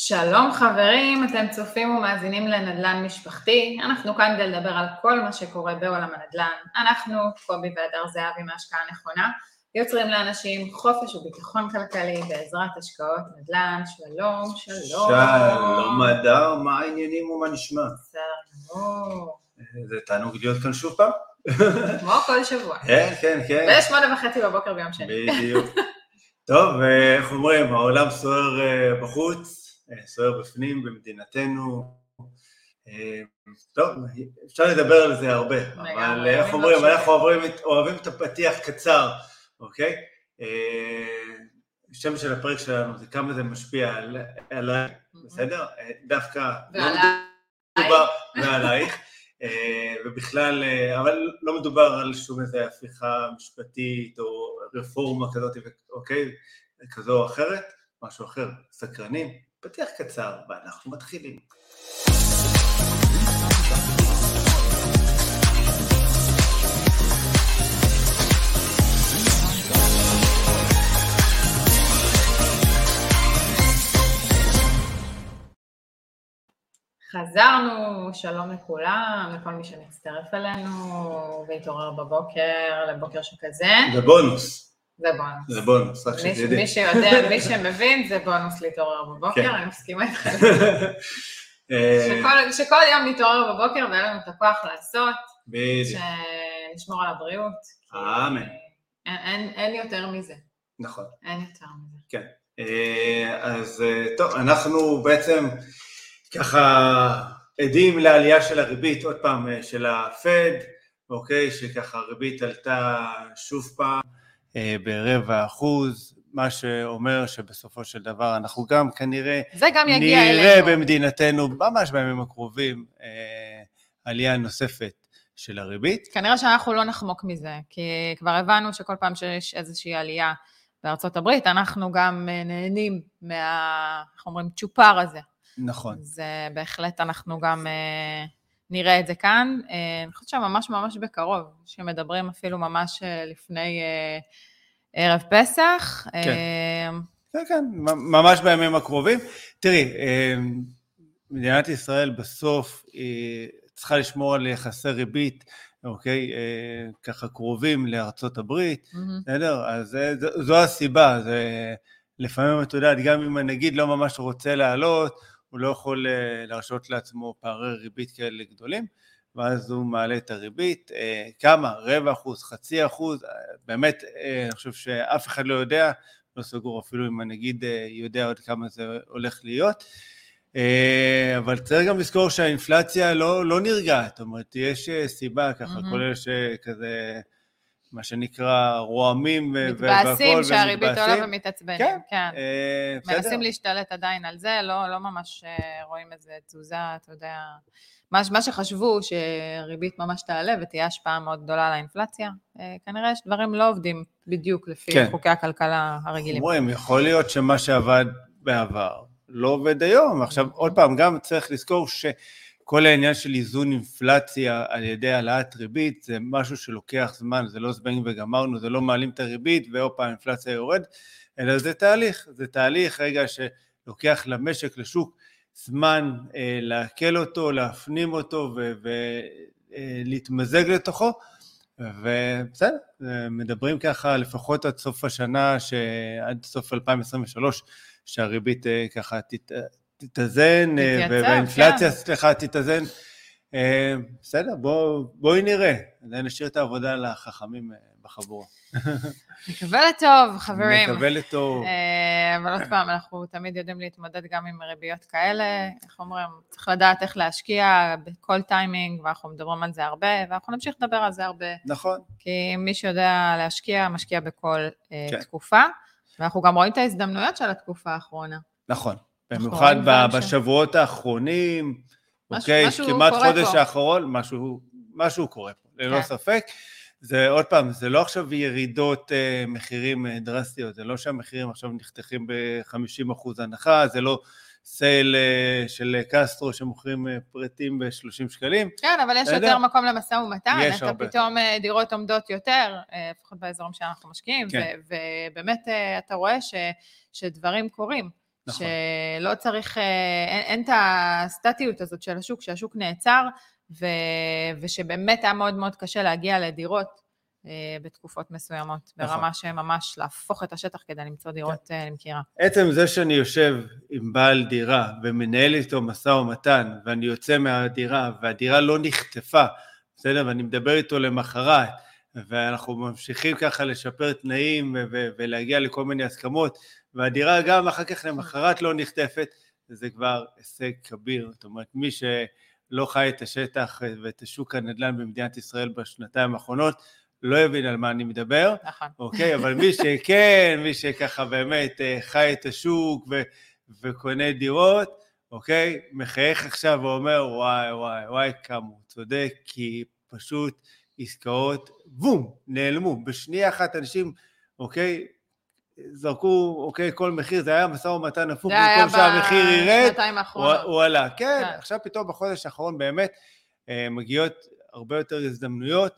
שלום חברים, אתם צופים ומאזינים לנדל"ן משפחתי. אנחנו כאן כדי לדבר על כל מה שקורה בעולם הנדל"ן. אנחנו, קובי והדר זהבי מהשקעה נכונה, יוצרים לאנשים חופש וביטחון כלכלי בעזרת השקעות נדל"ן. שלום, שלום. שלום הדר, מה העניינים ומה נשמע? בסדר גמור. זה תענוג להיות כאן שוב פעם? כמו כל שבוע. כן, כן, כן. ב8:30 בבוקר ביום שני. בדיוק. טוב, איך אומרים, העולם סוער בחוץ, סוער בפנים במדינתנו. טוב, אפשר לדבר על זה הרבה, אבל איך אומרים, אנחנו אוהבים את הפתיח קצר, אוקיי? השם של הפרק שלנו זה כמה זה משפיע עליי, בסדר? דווקא ועלייך, ובכלל, אבל לא מדובר על שום איזה הפיכה משפטית או רפורמה כזאת, אוקיי? כזו או אחרת, משהו אחר, סקרנים, פתיח קצר, ואנחנו מתחילים. חזרנו, שלום לכולם, לכל מי שמצטרף אלינו והתעורר בבוקר, לבוקר שכזה. זה בונוס. זה בונוס. זה בונוס, רק שתדעי. מי שיודע, מי שמבין, זה בונוס להתעורר בבוקר, אני מסכימה איתך. שכל יום נתעורר בבוקר ואין לנו את הכוח לעשות, שנשמור על הבריאות. אמן. אין יותר מזה. נכון. אין יותר מזה. כן. אז טוב, אנחנו בעצם ככה עדים לעלייה של הריבית, עוד פעם של הפד, אוקיי, שככה הריבית עלתה שוב פעם ב0.25%, מה שאומר שבסופו של דבר אנחנו גם כנראה נראה במדינתנו, ממש בימים הקרובים, עלייה נוספת של הריבית. כנראה שאנחנו לא נחמוק מזה, כי כבר הבנו שכל פעם שיש איזושהי עלייה בארצות הברית, אנחנו גם נהנים איך אומרים, צ'ופר הזה. נכון. אז בהחלט אנחנו גם נראה את זה כאן. אני חושבת שממש ממש בקרוב, שמדברים אפילו ממש לפני ערב פסח. כן, כן, ממש בימים הקרובים. תראי, מדינת ישראל בסוף צריכה לשמור על יחסי ריבית, אוקיי, ככה קרובים לארצות הברית, בסדר? אז זו הסיבה, זה לפעמים את יודעת, גם אם הנגיד לא ממש רוצה לעלות, הוא לא יכול להרשות לעצמו פערי ריבית כאלה גדולים, ואז הוא מעלה את הריבית, כמה? 0.25%, 0.5%, באמת, אני חושב שאף אחד לא יודע, לא סגור אפילו אם הנגיד יודע עוד כמה זה הולך להיות, אבל צריך גם לזכור שהאינפלציה לא נרגעת, זאת אומרת, יש סיבה ככה, כל אלה שכזה, מה שנקרא רועמים מתבאסים שהריבית עולה ומתעצבנים, כן. מנסים להשתלט עדיין על זה, לא ממש רואים איזה תזוזה, אתה יודע, מה שחשבו שריבית ממש תעלה ותהיה השפעה מאוד גדולה על האינפלציה, כנראה שדברים לא עובדים בדיוק לפי חוקי הכלכלה הרגילים. אומרים, יכול להיות שמה שעבד בעבר לא עובד היום, עכשיו עוד פעם גם צריך לזכור כל העניין של איזון אינפלציה על ידי העלאת ריבית, זה משהו שלוקח זמן, זה לא זבנג וגמרנו, זה לא מעלים את הריבית, ואופה האינפלציה יורד, אלא זה תהליך רגע שלוקח למשק, לשוק, זמן להקל אותו, להפנים אותו ולהתמזג לתוכו, ובסדר, מדברים ככה לפחות עד סוף השנה, עד סוף 2023, שהריבית ככה תתאזן, והאינפלציה, סליחה, תתאזן. בסדר, בואי נראה. נשאיר את העבודה לחכמים בחבורה. נקווה לטוב, חברים. נקווה לטוב. אבל עוד פעם, אנחנו תמיד יודעים להתמודד גם עם ריביות כאלה. איך אומרים, צריך לדעת איך להשקיע בכל טיימינג, ואנחנו מדברים על זה הרבה, ואנחנו נמשיך לדבר על זה הרבה. נכון. כי מי שיודע להשקיע, משקיע בכל תקופה, ואנחנו גם רואים את ההזדמנויות של התקופה האחרונה. נכון. במיוחד בשבועות האחרונים, אוקיי, כמעט חודש האחרון, משהו קורה פה, ללא ספק. זה עוד פעם, זה לא עכשיו ירידות מחירים דרסטיות, זה לא שהמחירים עכשיו נחתכים ב-50% הנחה, זה לא סייל של קסטרו שמוכרים פרטים ב-30 שקלים. כן, אבל יש יותר מקום למשא ומתן, אתה פתאום דירות עומדות יותר, לפחות באזורים שאנחנו משקיעים, ובאמת אתה רואה שדברים קורים. נכון. שלא צריך, אין את הסטטיות הזאת של השוק, שהשוק נעצר, ושבאמת היה מאוד מאוד קשה להגיע לדירות בתקופות מסוימות, נכון. ברמה שממש להפוך את השטח כדי למצוא דירות למכירה. עצם זה שאני יושב עם בעל דירה ומנהל איתו משא ומתן, ואני יוצא מהדירה, והדירה לא נחטפה, בסדר? ואני מדבר איתו למחרת, ואנחנו ממשיכים ככה לשפר תנאים ולהגיע לכל מיני הסכמות, והדירה גם אחר כך למחרת לא נחטפת, זה כבר הישג כביר. זאת אומרת, מי שלא חי את השטח ואת השוק הנדל"ן במדינת ישראל בשנתיים האחרונות, לא יבין על מה אני מדבר, נכון. אוקיי, אבל מי שכן, מי שככה באמת חי את השוק וקונה דירות, אוקיי, מחייך עכשיו ואומר, וואי, כמה הוא צודק, כי פשוט עסקאות, בום, נעלמו. בשנייה אחת אנשים, אוקיי, זרקו, אוקיי, כל מחיר, זה היה משא ומתן הפוך, במקום שהמחיר ירד, הוא עלה. כן, עכשיו פתאום בחודש האחרון באמת מגיעות הרבה יותר הזדמנויות,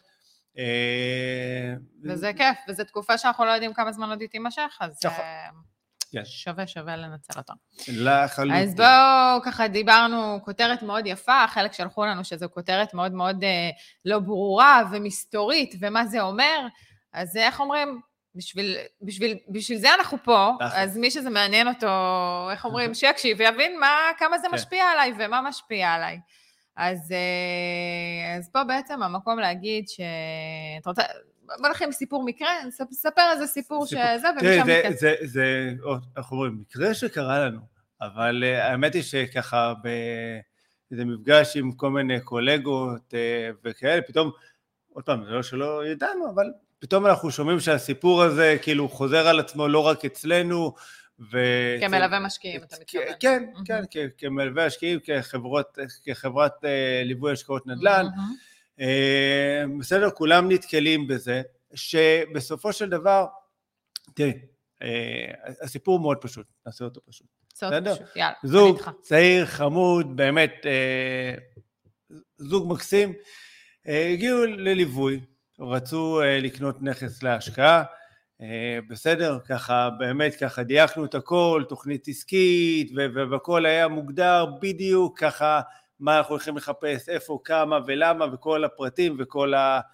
וזה כיף, וזו תקופה שאנחנו לא יודעים כמה זמן עוד היא תימשך, אז שווה לנצל אותה. אז בואו, ככה דיברנו, כותרת מאוד יפה, חלק שלחו לנו שזו כותרת מאוד מאוד לא ברורה ומסתורית, ומה זה אומר, אז איך אומרים, בשביל זה אנחנו פה, אז מי שזה מעניין אותו, איך אומרים, שיקשיב ויבין כמה זה משפיע עליי ומה משפיע עליי. אז פה בעצם המקום להגיד שאת רוצה, בוא לכם סיפור מקרה, ספר איזה סיפור שזה ומשם מקרה. זה, אנחנו רואים, מקרה שקרה לנו, אבל האמת היא שככה באיזה מפגש עם כל מיני קולגות וכאלה, פתאום, עוד פעם, זה לא שלא ידענו, אבל פתאום אנחנו שומעים שהסיפור הזה כאילו חוזר על עצמו לא רק אצלנו, כמלווה משקיעים, אתה מתכוון. כן, כמלווה משקיעים, כחברת ליווי השקעות נדל"ן. בסדר, כולם נתקלים בזה, שבסופו של דבר, תראי, הסיפור מאוד פשוט, נעשה אותו פשוט. זוג צעיר, חמוד, באמת, זוג מקסים, הגיעו לליווי, רצו לקנות נכס להשקעה, בסדר, ככה, באמת ככה, דייקנו את הכל, תוכנית עסקית, והכל היה מוגדר בדיוק ככה, מה אנחנו הולכים לחפש, איפה, כמה ולמה, וכל הפרטים וכל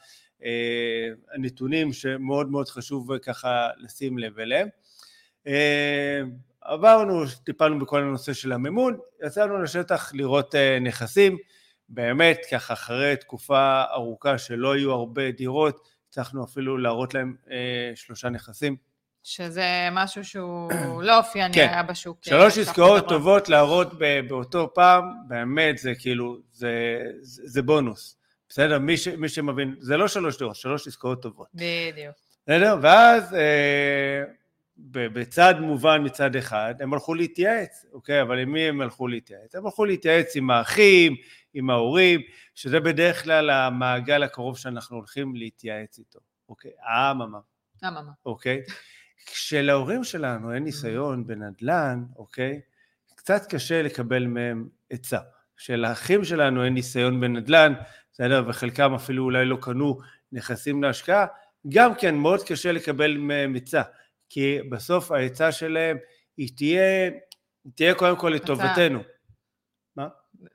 הנתונים שמאוד מאוד חשוב ככה לשים לב אליהם. עברנו, טיפלנו בכל הנושא של המימון, יצאנו לשטח לראות נכסים, באמת ככה אחרי תקופה ארוכה שלא היו הרבה דירות, הצלחנו אפילו להראות להם 3 נכסים. שזה משהו שהוא לא אופייני היה בשוק. 3 עסקאות טובות להראות באותו פעם, באמת זה כאילו, זה בונוס. בסדר? מי שמבין, זה לא 3 דירות, 3 עסקאות טובות. בדיוק. בסדר? ואז בצד מובן מצד אחד, הם הלכו להתייעץ, אוקיי? אבל עם מי הם הלכו להתייעץ? הם הלכו להתייעץ עם האחים, עם ההורים, שזה בדרך כלל המעגל הקרוב שאנחנו הולכים להתייעץ איתו. אוקיי? אממה. אוקיי? כשלהורים שלנו אין ניסיון בנדל"ן, אוקיי? קצת קשה לקבל מהם עצה. כשלאחים שלנו אין ניסיון בנדל"ן, בסדר? וחלקם אפילו אולי לא קנו נכסים להשקעה, גם כן מאוד קשה לקבל מהם עצה. כי בסוף העצה שלהם היא תהיה קודם כל לטובתנו. מה?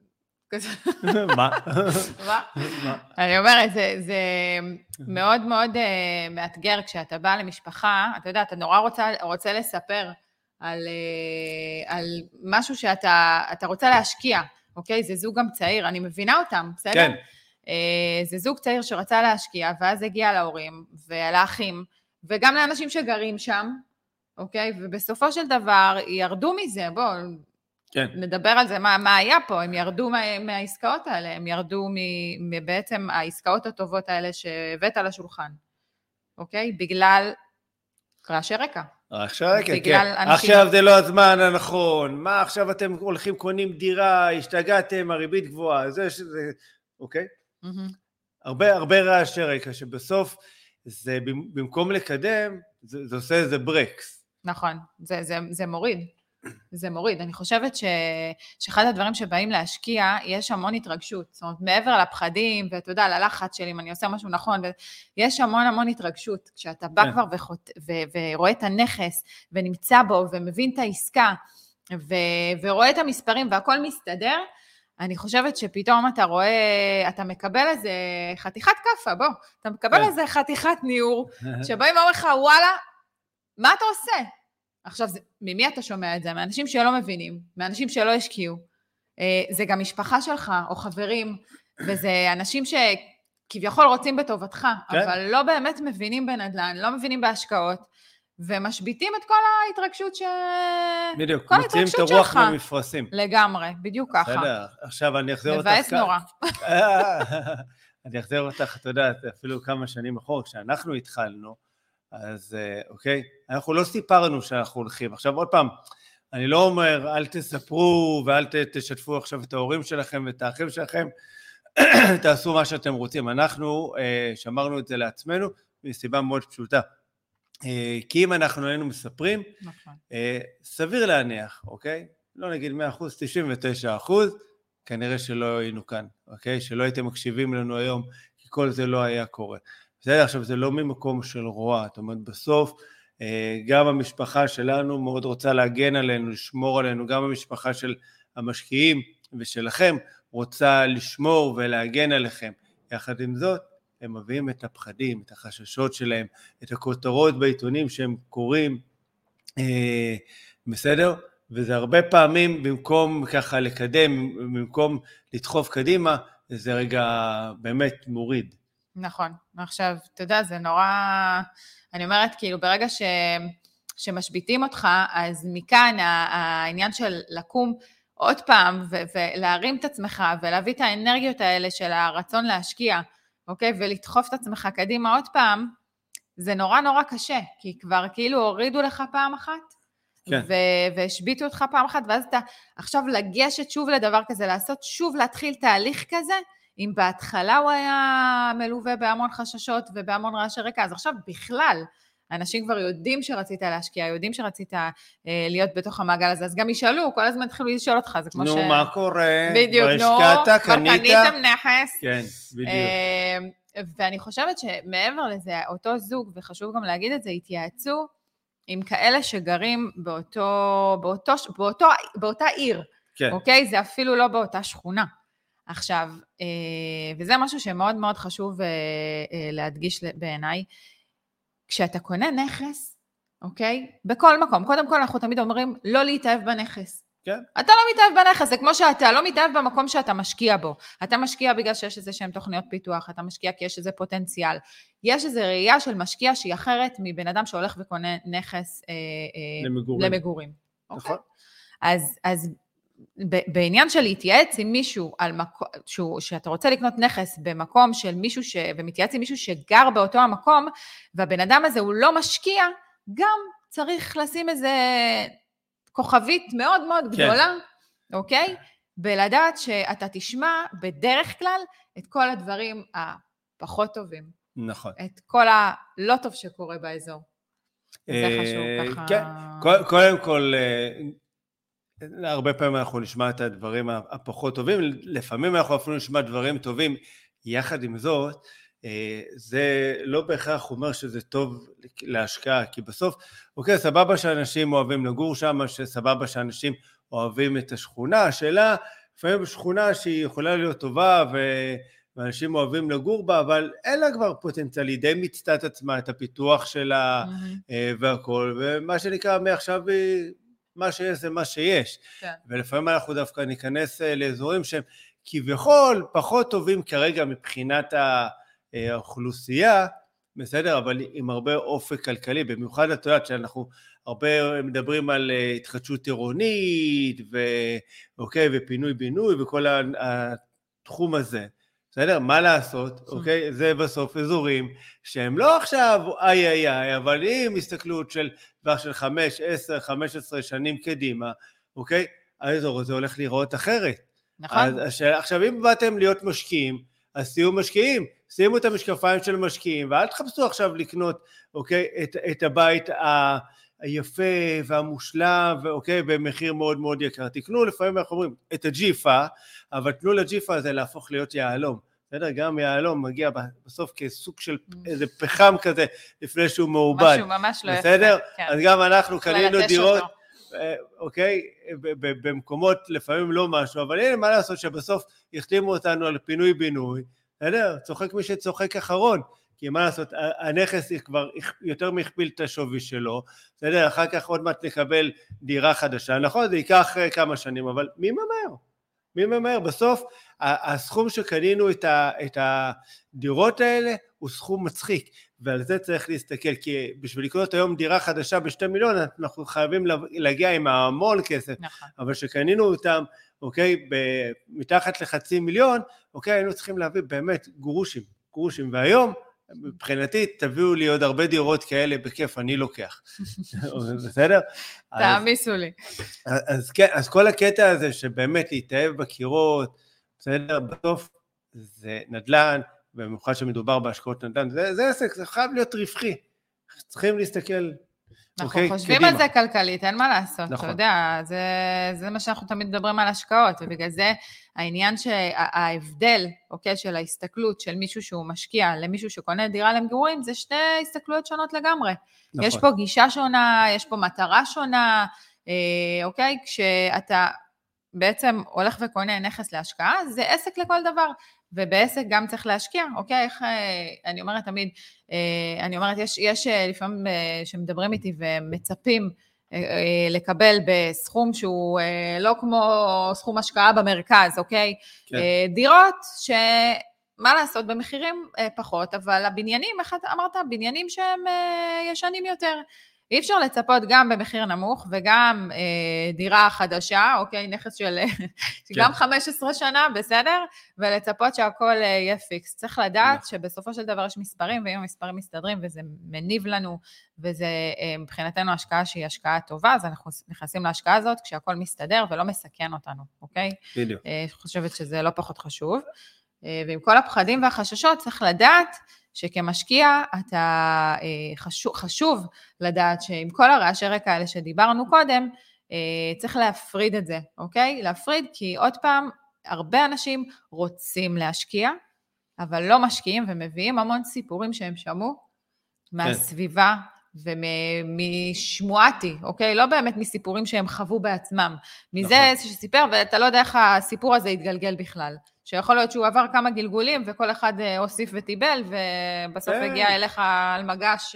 מה? אני אומרת, זה מאוד מאוד מאתגר כשאתה בא למשפחה, אתה יודע, אתה נורא רוצה לספר על משהו שאתה רוצה להשקיע, אוקיי? זה זוג גם צעיר, אני מבינה אותם, בסדר? כן. זה זוג צעיר שרצה להשקיע, ואז הגיע להורים ולאחים, וגם לאנשים שגרים שם, אוקיי? ובסופו של דבר ירדו מזה, בואו, כן. נדבר על זה, מה היה פה, הם ירדו מהעסקאות האלה, הם ירדו בעצם העסקאות הטובות האלה שהבאת על השולחן, אוקיי? בגלל רעשי רקע. רעשי רקע, כן. עכשיו זה לא הזמן הנכון, מה עכשיו אתם הולכים קונים דירה, השתגעתם, הריבית גבוהה, זה, אוקיי? הרבה רעשי רקע, שבסוף זה במקום לקדם, זה עושה איזה ברקס. נכון, זה מוריד. זה מוריד. אני חושבת שאחד הדברים שבאים להשקיע, יש המון התרגשות. זאת אומרת, מעבר לפחדים, ואתה יודע, ללחץ שלי, אם אני עושה משהו נכון, יש המון התרגשות. כשאתה בא כבר ורואה את הנכס, ונמצא בו, ומבין את העסקה, ורואה את המספרים והכל מסתדר, אני חושבת שפתאום אתה רואה, אתה מקבל איזה חתיכת קפה, בוא, אתה מקבל איזה חתיכת ניור, שבאים ואומרים לך, וואלה, מה אתה עושה? עכשיו, ממי אתה שומע את זה? מאנשים שלא מבינים, מאנשים שלא השקיעו. זה גם משפחה שלך, או חברים, וזה אנשים שכביכול רוצים בטובתך, אבל לא באמת מבינים בנדל"ן, לא מבינים בהשקעות, ומשביטים את כל ההתרגשות בדיוק, מוציאים את הרוח מהמפרשים. לגמרי, בדיוק ככה. בסדר, עכשיו אני אחזיר אותך... מבאס נורא. אני אחזיר אותך, אתה יודע, אפילו כמה שנים אחורה, כשאנחנו התחלנו, אז אוקיי, אנחנו לא סיפרנו שאנחנו הולכים. עכשיו עוד פעם, אני לא אומר, אל תספרו ואל תשתפו עכשיו את ההורים שלכם ואת האחים שלכם, תעשו מה שאתם רוצים. אנחנו שמרנו את זה לעצמנו, מסיבה מאוד פשוטה. כי אם אנחנו היינו מספרים, סביר להניח, אוקיי? לא נגיד 100%, 99%, כנראה שלא היינו כאן, אוקיי? שלא הייתם מקשיבים לנו היום, כי כל זה לא היה קורה. בסדר, עכשיו זה לא ממקום של רוע, זאת אומרת בסוף, גם המשפחה שלנו מאוד רוצה להגן עלינו, לשמור עלינו, גם המשפחה של המשקיעים ושלכם רוצה לשמור ולהגן עליכם. יחד עם זאת, הם מביאים את הפחדים, את החששות שלהם, את הכותרות בעיתונים שהם קוראים, בסדר? וזה הרבה פעמים במקום ככה לקדם, במקום לדחוף קדימה, זה רגע באמת מוריד. נכון, עכשיו, אתה יודע, זה נורא, אני אומרת, כאילו, ברגע שמשביטים אותך, אז מכאן העניין של לקום עוד פעם, ולהרים את עצמך, ולהביא את האנרגיות האלה של הרצון להשקיע, אוקיי? ולדחוף את עצמך קדימה עוד פעם, זה נורא נורא קשה, כי כבר כאילו הורידו לך פעם אחת, כן. והשביטו אותך פעם אחת, ואז אתה עכשיו לגשת שוב לדבר כזה, לעשות שוב, להתחיל תהליך כזה, אם בהתחלה הוא היה מלווה בהמון חששות ובהמון רעשי רקע, אז עכשיו בכלל, אנשים כבר יודעים שרצית להשקיע, יודעים שרצית להיות בתוך המעגל הזה, אז גם ישאלו, כל הזמן התחילו לשאול אותך, זה כמו נו, מה קורה? בדיוק, השקעת, כבר קניתם נכס. כן, בדיוק. ואני חושבת שמעבר לזה, אותו זוג, וחשוב גם להגיד את זה, התייעצו עם כאלה שגרים באותה עיר, כן. אוקיי? זה אפילו לא באותה שכונה. עכשיו, וזה משהו שמאוד מאוד חשוב להדגיש בעיניי, כשאתה קונה נכס, אוקיי? בכל מקום, קודם כל אנחנו תמיד אומרים, לא להתאהב בנכס. כן. אתה לא מתאהב בנכס, זה כמו שאתה לא מתאהב במקום שאתה משקיע בו. אתה משקיע בגלל שיש איזה שהם תוכניות פיתוח, אתה משקיע כי יש איזה פוטנציאל. יש איזה ראייה של משקיע שהיא אחרת מבן אדם שהולך וקונה נכס למגורים. נכון. אז בעניין של להתייעץ עם מישהו על מקום, שאתה רוצה לקנות נכס במקום של מישהו ומתייעץ עם מישהו שגר באותו המקום, והבן אדם הזה הוא לא משקיע, גם צריך לשים איזה כוכבית מאוד מאוד גדולה, אוקיי? בלדעת שאתה תשמע בדרך כלל את כל הדברים הפחות טובים. נכון. את כל הלא טוב שקורה באזור. זה חשוב ככה. כן, קודם כל, הרבה פעמים אנחנו נשמע את הדברים הפחות טובים, לפעמים אנחנו אפילו נשמע דברים טובים, יחד עם זאת, זה לא בהכרח אומר שזה טוב להשקעה, כי בסוף, אוקיי, סבבה שאנשים אוהבים לגור שם, סבבה שאנשים אוהבים את השכונה, השאלה, לפעמים שכונה שהיא יכולה להיות טובה, ואנשים אוהבים לגור בה, אבל אין לה כבר פוטנציאל, היא די מצטעת עצמה, את הפיתוח שלה והכל, ומה שנקרא מעכשיו מה שיש זה מה שיש, ולפעמים אנחנו דווקא ניכנס לאזורים שהם כביכול פחות טובים כרגע מבחינת האוכלוסייה, בסדר, אבל עם הרבה אופק כלכלי, במיוחד את יודעת שאנחנו הרבה מדברים על התחדשות עירונית, ואוקיי, ופינוי בינוי וכל התחום הזה, בסדר? מה לעשות, אוקיי? זה בסוף אזורים שהם לא עכשיו אבל עם הסתכלות של דבר של 5, 10, 15 שנים קדימה, אוקיי? האזור הזה הולך לראות אחרת. נכון. עכשיו, אם באתם להיות משקיעים, אז תהיו משקיעים, שימו את המשקפיים של משקיעים, ואל תחפשו עכשיו לקנות, אוקיי, את הבית היפה והמושלם, ואוקיי, במחיר מאוד מאוד יקר. תקנו לפעמים, אנחנו אומרים, את הג'יפה, אבל תנו לג'יפה הזה להפוך להיות יעלום. בסדר? גם יעלום מגיע בסוף כסוג של איזה פחם כזה, לפני שהוא מעובד. משהו ממש לא יפה. בסדר? אז גם אנחנו קנינו דירות, אוקיי, במקומות לפעמים לא משהו, אבל הנה מה לעשות שבסוף החתימו אותנו על פינוי בינוי, צוחק מי שצוחק אחרון, כי מה לעשות, הנכס כבר יותר מכפיל את השווי שלו, אחר כך עוד מעט נקבל דירה חדשה, נכון, זה ייקח כמה שנים, אבל מי ממהר? מי ממהר? בסוף הסכום שקנינו את הדירות האלה הוא סכום מצחיק, ועל זה צריך להסתכל, כי בשביל לקנות היום דירה חדשה ב2 מיליון, אנחנו חייבים להגיע עם המון כסף, נכון. אבל שקנינו אותם, אוקיי, מתחת ל500,000, אוקיי, היינו צריכים להביא באמת גרושים, והיום, מבחינתי, תביאו לי עוד הרבה דירות כאלה בכיף, אני לוקח. בסדר? תעמיסו לי. אז כן, אז כל הקטע הזה שבאמת להתאהב בקירות, בסדר, בסוף זה נדל"ן, במיוחד שמדובר בהשקעות נדל"ן, זה עסק, זה חייב להיות רווחי. צריכים להסתכל, אנחנו חושבים על זה כלכלית, אין מה לעשות, אתה יודע, זה מה שאנחנו תמיד מדברים על השקעות, ובגלל זה העניין שההבדל, אוקיי, של ההסתכלות של מישהו שהוא משקיע למישהו שקונה דירה למגורים, זה שתי הסתכלויות שונות לגמרי. יש פה גישה שונה, יש פה מטרה שונה, אוקיי, כשאתה בעצם הולך וקונה נכס להשקעה, זה עסק לכל דבר, ובעסק גם צריך להשקיע, אוקיי, איך, אני אומרת תמיד, אני אומרת, יש לפעמים שמדברים איתי ומצפים לקבל בסכום שהוא לא כמו סכום השקעה במרכז, אוקיי? כן. דירות שמה לעשות, במחירים פחות, אבל הבניינים, איך אתה אמרת, בניינים שהם ישנים יותר, אי אפשר לצפות גם במחיר נמוך, וגם דירה חדשה, אוקיי, נכס של גם 15 שנה, בסדר? ולצפות שהכל יהיה פיקס. צריך לדעת שבסופו של דבר יש מספרים, ואם המספרים מסתדרים, וזה מניב לנו, וזה מבחינתנו השקעה שהיא השקעה טובה, אז אנחנו נכנסים להשקעה הזאת, כשהכל מסתדר ולא מסכן אותנו, אוקיי? בדיוק. אני חושבת שזה לא פחות חשוב. ועם כל הפחדים והחששות, צריך לדעת שכמשקיע אתה חשוב לדעת שעם כל הרעשי רקע האלה שדיברנו קודם, צריך להפריד את זה, אוקיי? להפריד כי עוד פעם, הרבה אנשים רוצים להשקיע, אבל לא משקיעים ומביאים המון סיפורים שהם שמעו מהסביבה ומשמועתי, אוקיי? לא באמת מסיפורים שהם חוו בעצמם. מזה שסיפר, ואתה לא יודע איך הסיפור הזה יתגלגל בכלל. שיכול להיות שהוא עבר כמה גלגולים, וכל אחד הוסיף וטיבל, ובסוף הגיע אליך על מגש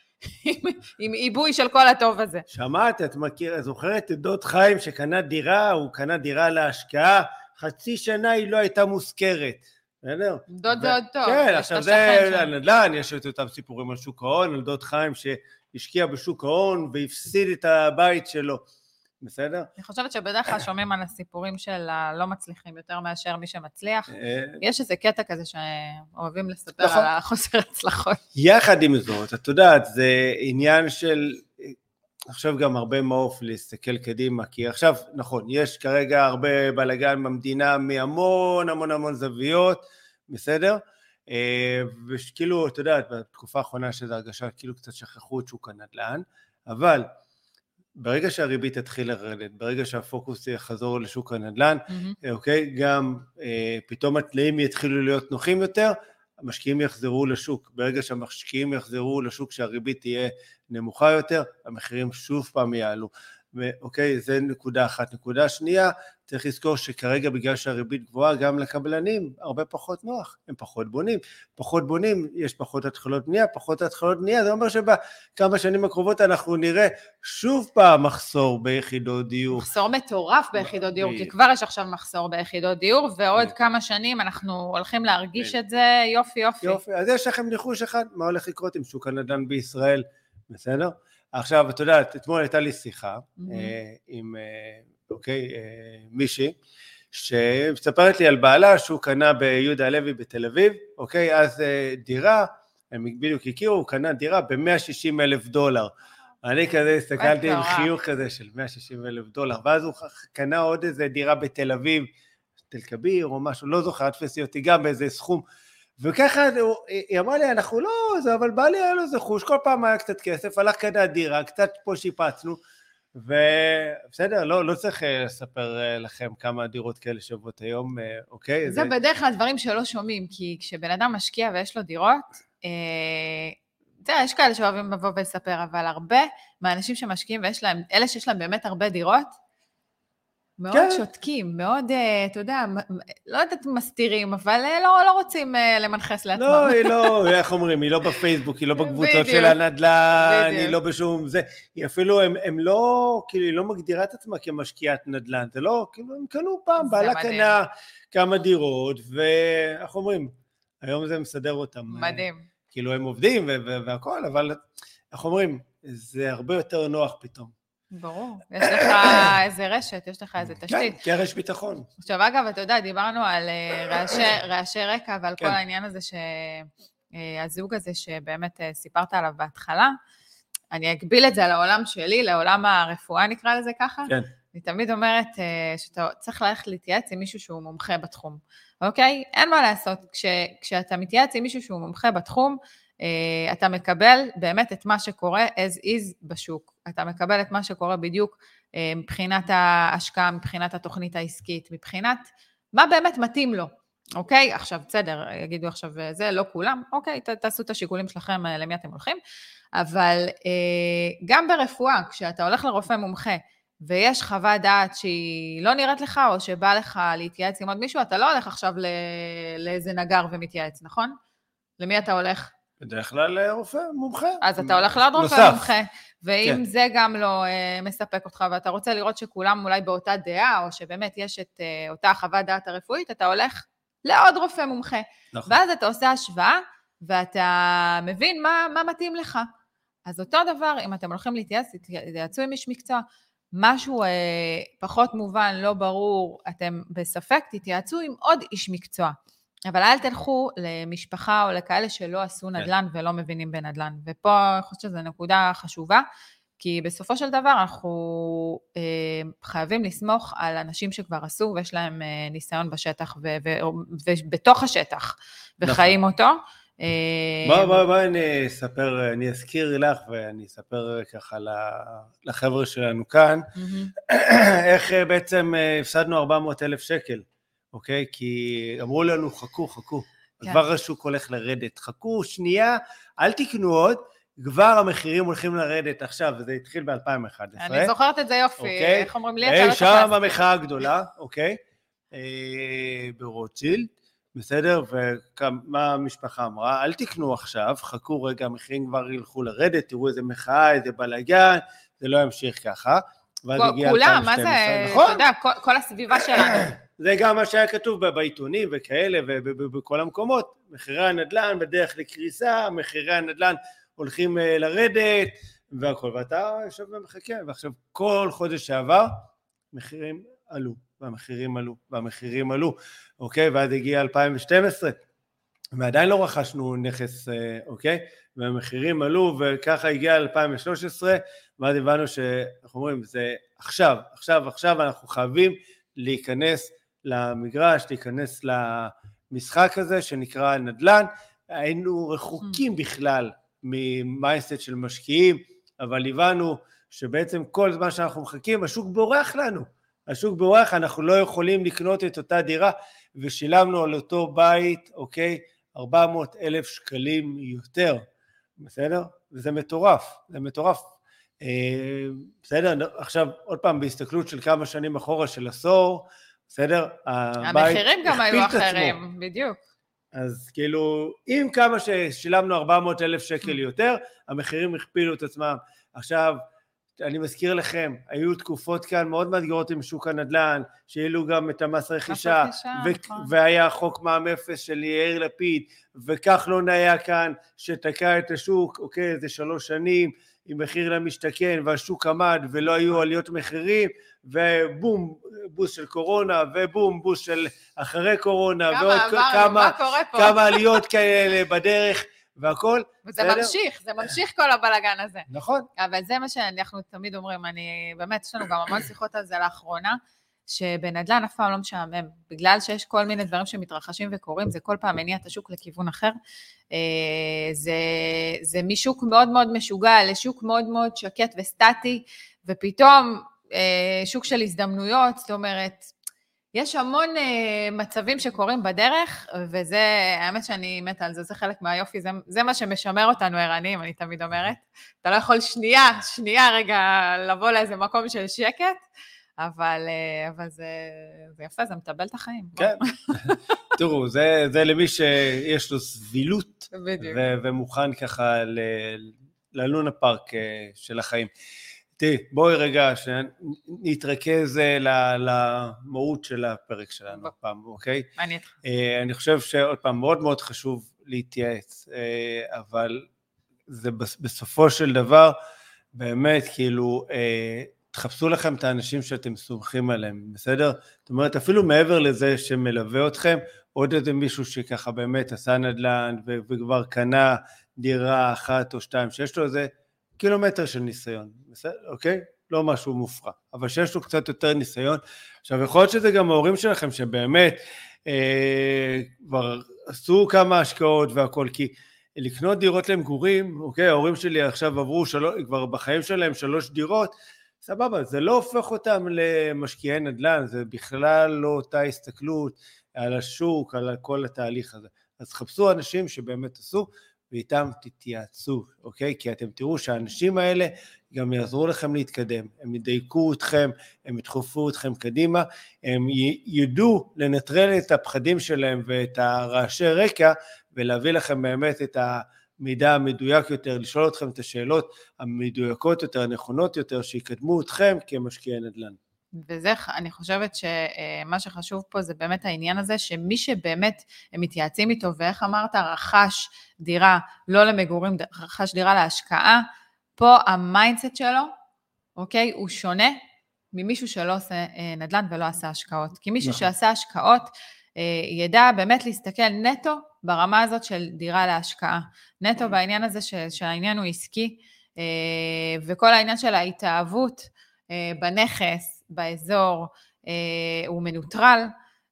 עם עיבוי של כל הטוב הזה. שמעת, את זוכרת את דוד חיים שקנה דירה, הוא קנה דירה להשקעה, חצי שנה היא לא הייתה מוזכרת. דוד זה עוד טוב. כן, עכשיו זה הנדל"ן, יש את אותם סיפורים על שוק ההון, על דוד חיים שהשקיע בשוק ההון והפסיד את הבית שלו. בסדר? אני חושבת שבדרך כלל שומעים על הסיפורים של הלא מצליחים יותר מאשר מי שמצליח. יש איזה קטע כזה שאוהבים לספר על החוסר הצלחות. יחד עם זאת, את יודעת, זה עניין של, עכשיו גם הרבה מעוף להסתכל קדימה, כי עכשיו, נכון, יש כרגע הרבה בלגן במדינה מהמון המון המון זוויות, בסדר? וכאילו, את יודעת, בתקופה האחרונה שזו הרגשה, כאילו קצת שכחו את שוק הנדל"ן, אבל ברגע שהריבית תתחיל לרדת, ברגע שהפוקוס יחזור לשוק הנדל"ן, אוקיי, גם פתאום התנאים יתחילו להיות נוחים יותר, המשקיעים יחזרו לשוק, ברגע שהמשקיעים יחזרו לשוק שהריבית תהיה נמוכה יותר, המחירים שוב פעם יעלו, אוקיי, זה נקודה אחת. נקודה שנייה, צריך לזכור שכרגע בגלל שהריבית גבוהה, גם לקבלנים הרבה פחות נוח, הם פחות בונים, יש פחות התחלות בנייה, זה אומר שבכמה שנים הקרובות אנחנו נראה שוב פעם מחסור ביחידות דיור. מחסור מטורף ביחידות דיור, כי כבר יש עכשיו מחסור ביחידות דיור, ועוד כמה שנים אנחנו הולכים להרגיש את זה, יופי. אז יש לכם ניחוש אחד, מה הולך לקרות עם שוק הנדל"ן בישראל, בסדר? עכשיו, את יודעת, אתמול הייתה לי שיחה עם מישהי, שמספרת לי על בעלה שהוא קנה ביהודה הלוי בתל אביב, אוקיי, אז דירה, הם בדיוק הכירו, הוא קנה דירה ב$160,000. אני כזה הסתכלתי עם חיוך כזה של $160,000, ואז הוא קנה עוד איזה דירה בתל אביב, תל כביר או משהו, לא זוכר, תפסי אותי גם באיזה סכום, וככה היא אמרה לי, אנחנו לא, זה, אבל בא לי היה לו זה חוש, כל פעם היה קצת כסף, הלך קנה דירה, קצת פה שיפצנו, ובסדר, לא צריך לספר לכם כמה דירות כאלה שוות היום, אוקיי? זה בדרך כלל דברים שלא שומעים, כי כשבן אדם משקיע ויש לו דירות, תראה, יש כאלה שאוהבים לבוא ולספר, אבל הרבה מהאנשים שמשקיעים, אלה שיש להם באמת הרבה דירות, מאוד שותקים, מאוד, אתה יודע, לא יודעת מסתירים, אבל לא רוצים למנחס לעצמם. לא, היא לא, איך אומרים, היא לא בפייסבוק, היא לא בקבוצות של הנדל"ן, היא לא בשום זה, היא אפילו, הם לא, כאילו, היא לא מגדירה את עצמה כמשקיעת נדל"ן, זה לא, כאילו, הם קנו פעם, בעלה קנה כמה דירות, ואיך אומרים, היום זה מסדר אותם. מדהים. כאילו, הם עובדים והכל, אבל איך אומרים, זה הרבה יותר נוח פתאום. ברור, יש לך איזה רשת, יש לך איזה תשתית. כן, כרש ביטחון. עכשיו, אגב, אתה יודע, דיברנו על רעשי רקע ועל כל העניין הזה שהזוג הזה שבאמת סיפרת עליו בהתחלה, אני אגביל את זה לעולם שלי, לעולם הרפואה נקרא לזה ככה. כן. אני תמיד אומרת שאתה צריך ללכת להתייעץ עם מישהו שהוא מומחה בתחום, אוקיי? אין מה לעשות, כשאתה מתייעץ עם מישהו שהוא מומחה בתחום, אתה מקבל באמת את מה שקורה as is בשוק. אתה מקבל את מה שקורה בדיוק מבחינת ההשקעה, מבחינת התוכנית העסקית, מבחינת מה באמת מתאים לו. אוקיי? עכשיו, בסדר, יגידו עכשיו זה, לא כולם. אוקיי, תעשו את השיקולים שלכם למי אתם הולכים. אבל גם ברפואה, כשאתה הולך לרופא מומחה, ויש חוות דעת שהיא לא נראית לך, או שבא לך להתייעץ עם עוד מישהו, אתה לא הולך עכשיו לאיזה נגר ומתייעץ, נכון? למי אתה הולך? בדרך כלל רופא מומחה. אז אתה הולך לעוד רופא מומחה, ואם זה גם לא מספק אותך, ואתה רוצה לראות שכולם אולי באותה דעה, או שבאמת יש את אותה חוות דעת הרפואית, אתה הולך לעוד רופא מומחה. ואז אתה עושה השוואה, ואתה מבין מה מתאים לך. אז אותו דבר, אם אתם הולכים להתייעץ, תייעצו עם איש מקצוע, משהו פחות מובן, לא ברור, אתם בספק, תתייעצו עם עוד איש מקצוע. אבל אל תלכו למשפחה או לכאלה שלא עשו נדל"ן ולא מבינים בנדל"ן. ופה אני חושבת שזו נקודה חשובה, כי בסופו של דבר אנחנו חייבים לסמוך על אנשים שכבר עשו ויש להם ניסיון בשטח ובתוך השטח וחיים אותו. בואי אני אספר, אני אזכיר לך ואני אספר ככה לחבר'ה שלנו כאן, איך בעצם הפסדנו 400,000 שקל. אוקיי? כי אמרו לנו, חכו, כבר השוק הולך לרדת, חכו שנייה, אל תקנו עוד, כבר המחירים הולכים לרדת עכשיו, וזה התחיל ב-2011. אני זוכרת את זה יופי, איך אומרים לי, אתה לא תפסתי. שם המחאה הגדולה, אוקיי? ברוטשילד, בסדר? ומה המשפחה אמרה? אל תקנו עכשיו, חכו רגע, המחירים כבר ילכו לרדת, תראו איזה מחאה, איזה בלגן, זה לא ימשיך ככה. כולם, מה זה, אתה יודע, כל הסביבה שלנו. זה גם מה שהיה כתוב בעיתונים וכאלה ובכל המקומות, מחירי הנדל"ן בדרך לקריסה, מחירי הנדל"ן הולכים לרדת והכל, ואתה יושב ומחכה, ועכשיו כל חודש שעבר מחירים עלו, והמחירים עלו, אוקיי, ואז הגיע 2012, ועדיין לא רכשנו נכס, אוקיי, והמחירים עלו, וככה הגיע 2013, ואז הבנו שאנחנו אומרים, זה עכשיו אנחנו חייבים להיכנס למגרש, להיכנס למשחק הזה שנקרא נדל"ן, היינו רחוקים בכלל ממיינסט של משקיעים, אבל הבנו שבעצם כל זמן שאנחנו מחכים, השוק בורח לנו, אנחנו לא יכולים לקנות את אותה דירה, ושילמנו על אותו בית, אוקיי, 400,000 שקלים יותר, בסדר? וזה מטורף, בסדר? עכשיו עוד פעם בהסתכלות של כמה שנים אחורה של עשור, בסדר? המחירים גם היו אחרים, בדיוק. אז כאילו, עם כמה ששילמנו 400,000 שקל יותר, המחירים הכפילו את עצמם. עכשיו, אני מזכיר לכם, היו תקופות כאן מאוד מאתגרות עם שוק הנדל"ן, שהעלו גם את המס רכישה, והיה חוק מע"מ אפס של יאיר לפיד, וכחלון היה כאן שתקע את השוק, אוקיי, זה 3 שנים, עם מחיר למשתכן, והשוק עמד, ולא היו עליות מחירים, ובום, בוס של קורונה, ובום, בוס של אחרי קורונה, ועוד כמה עליות כאלה בדרך, והכל. וזה ממשיך כל הבלגן הזה. נכון. אבל זה מה שאנחנו תמיד אומרים, באמת, יש לנו גם המון שיחות על זה לאחרונה, שבנדל"ן אף פעם לא משעמם, בגלל שיש כל מיני דברים שמתרחשים וקורים, זה כל פעם מניע את השוק לכיוון אחר, זה משוק מאוד מאוד משוגע, לשוק מאוד מאוד שקט וסטטי, ופתאום שוק של הזדמנויות, זאת אומרת, יש המון מצבים שקורים בדרך, וזה, האמת שאני מתה על זה, זה חלק מהיופי, זה מה שמשמר אותנו ערניים, אני תמיד אומרת. אתה לא יכול שנייה רגע לבוא לאיזה מקום של שקט, אבל זה יפה, זה מטבל את החיים. כן, תראו, זה למי שיש לו סבילות, ומוכן ככה ללונה פארק של החיים. תראי, בואי רגע שנתרכז למהות של הפרק שלנו פעם, אוקיי? אני חושב שעוד פעם מאוד מאוד חשוב להתייעץ, אבל זה בסופו של דבר, באמת כאילו, תחפשו לכם את האנשים שאתם סומכים עליהם, בסדר? זאת אומרת, אפילו מעבר לזה שמלווה אתכם, עוד איזה מישהו שככה באמת עשה נדל"ן, וכבר קנה דירה אחת או שתיים, שיש לו איזה קילומטר של ניסיון, בסדר? אוקיי? לא משהו מופרע, אבל שיש לו קצת יותר ניסיון. עכשיו, יכול להיות שזה גם ההורים שלכם, שבאמת כבר עשו כמה השקעות והכל, כי לקנות דירות למגורים, אוקיי? ההורים שלי עכשיו עברו כבר בחיים שלהם 3 דירות, סבבה, זה לא הופך אותם למשקיעי נדל"ן, זה בכלל לא אותה הסתכלות על השוק, על כל התהליך הזה. אז חפשו אנשים שבאמת עשו, ואיתם תתייעצו, אוקיי? כי אתם תראו שהאנשים האלה גם יעזרו לכם להתקדם, הם ידייקו אתכם, הם ידחפו אתכם קדימה, הם ידעו לנטרל את הפחדים שלהם ואת הרעשי רקע, ולהביא לכם באמת את המידע המדויק יותר, לשאול אתכם את השאלות המדויקות יותר, הנכונות יותר, שיקדמו אתכם כמשקיעי נדל"ן. וזה, אני חושבת שמה שחשוב פה זה באמת העניין הזה, שמי שבאמת הם מתייעצים איתו, ואיך אמרת, רכש דירה, לא למגורים, רכש דירה להשקעה, פה המיינדסט שלו, אוקיי, הוא שונה ממישהו שלא עושה נדל"ן ולא עשה השקעות. כי מישהו שעשה השקעות, ידע באמת להסתכל נטו ברמה הזאת של דירה להשקעה. נטו בעניין הזה שהעניין הוא עסקי, וכל העניין של ההתאהבות בנכס, באזור, הוא מנוטרל,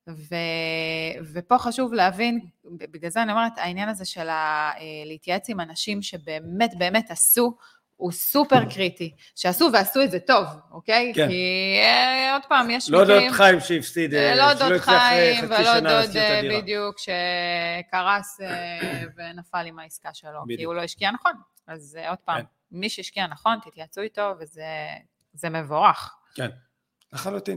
ופה חשוב להבין, בגלל זה אני אומרת, העניין הזה של להתייעץ עם אנשים שבאמת באמת עשו, הוא סופר קריטי, שעשו ועשו את זה טוב, אוקיי? כן. כי עוד פעם יש לא דוד חיים שהפסיד, לא דוד חיים ולא דוד בדיוק שקרס ונפל עם העסקה שלו, כי הוא לא השקיע נכון. אז עוד פעם, מי שהשקיע נכון, תתייעצו איתו, וזה מבורך. כן, לחלוטין.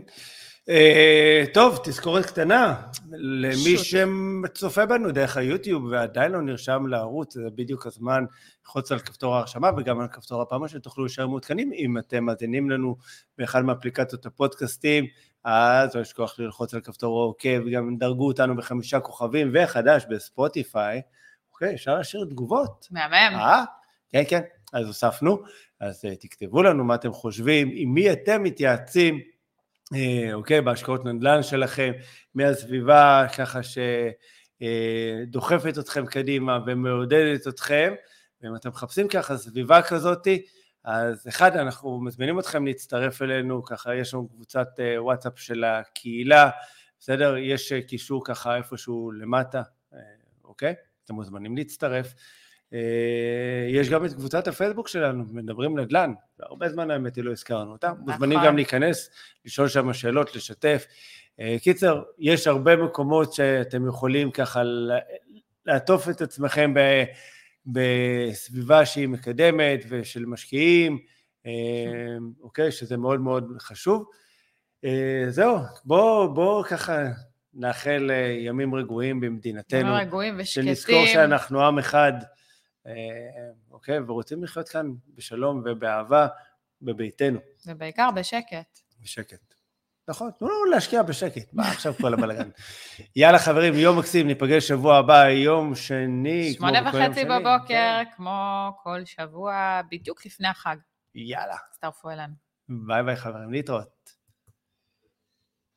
טוב, תזכורת קטנה, למי שצופה בנו דרך היוטיוב ועדיין לא נרשם לערוץ, זה בדיוק הזמן לחוץ על כפתור ההרשמה וגם על כפתור הפעם שתוכלו להישאר מעודכנים. אם אתם מאזינים לנו באחד מאפליקציות הפודקאסטים, אז לא לשכוח ללחוץ על כפתור אוקיי, וגם דרגו אותנו ב5 כוכבים, וחדש בספוטיפיי, אוקיי, אפשר להשאיר תגובות. מהמם. כן, כן, אז הוספנו, אז תכתבו לנו מה אתם חושבים, עם מי אתם מתייעצים, אוקיי, בהשקעות נדל"ן שלכם, מהסביבה ככה שדוחפת אתכם קדימה ומעודדת אתכם, ואם אתם מחפשים ככה סביבה כזאת, אז אחד, אנחנו מזמינים אתכם להצטרף אלינו, ככה יש לנו קבוצת וואטסאפ של הקהילה, בסדר? יש קישור ככה איפשהו למטה, אוקיי? אתם מוזמנים להצטרף. יש גם את קבוצת הפייסבוק שלנו, מדברים נדל"ן, הרבה זמן האמת לא הזכרנו אותה, מוזמנים גם להיכנס, לשאול שם שאלות, לשתף. קיצר, יש הרבה מקומות שאתם יכולים ככה לעטוף את עצמכם בסביבה שהיא מקדמת ושל משקיעים, אוקיי, שזה מאוד מאוד חשוב. זהו, בואו ככה נאחל ימים רגועים במדינתנו, רגועים ושקטים. שנזכור שאנחנו עם אחד, אוקיי, ורוצים לחיות כאן בשלום ובאהבה בביתנו. ובעיקר בשקט. בשקט. נכון, תנו לנו להשקיע בשקט. מה עכשיו כל הבלגן? יאללה חברים, יום מקסים, ניפגש שבוע הבא, יום שני. 8:30 בבוקר, כמו כל שבוע, בדיוק לפני החג. יאללה. הצטרפו אלינו. ביי ביי חברים, להתראות.